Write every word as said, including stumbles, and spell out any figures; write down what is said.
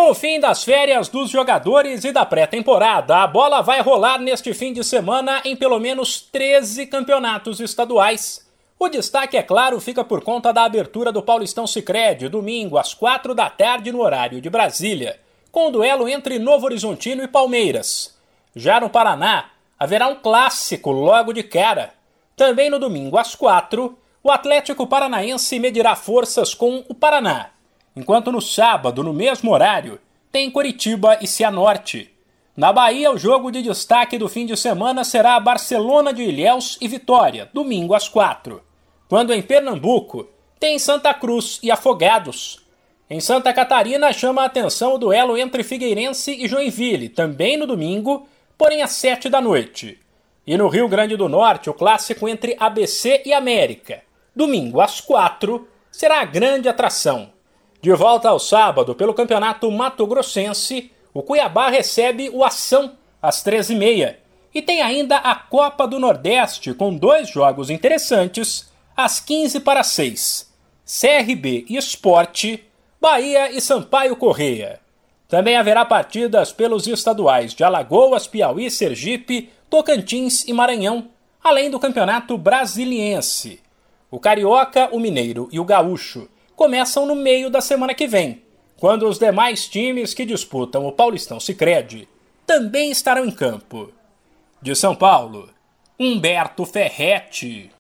Com o fim das férias dos jogadores e da pré-temporada, a bola vai rolar neste fim de semana em pelo menos treze campeonatos estaduais. O destaque, é claro, fica por conta da abertura do Paulistão Sicredi, domingo às quatro da tarde no horário de Brasília, com o duelo entre Novo Horizontino e Palmeiras. Já no Paraná, haverá um clássico logo de cara. Também no domingo às quatro, o Atlético Paranaense medirá forças com o Paraná, enquanto no sábado, no mesmo horário, tem Coritiba e Cianorte. Na Bahia, o jogo de destaque do fim de semana será Barcelona de Ilhéus e Vitória, domingo às quatro. Quando em Pernambuco, tem Santa Cruz e Afogados. Em Santa Catarina, chama a atenção o duelo entre Figueirense e Joinville, também no domingo, porém às sete da noite. E no Rio Grande do Norte, o clássico entre A B C e América, domingo às quatro, será a grande atração. De volta ao sábado, pelo Campeonato Mato Grossense, o Cuiabá recebe o Ação às treze e meia. E tem ainda a Copa do Nordeste, com dois jogos interessantes, às quinze para seis. C R B e Sport, Bahia e Sampaio Corrêa. Também haverá partidas pelos estaduais de Alagoas, Piauí, Sergipe, Tocantins e Maranhão, além do Campeonato Brasiliense. O Carioca, o Mineiro e o Gaúcho começam no meio da semana que vem, quando os demais times que disputam o Paulistão Sicredi também estarão em campo. De São Paulo, Humberto Ferretti.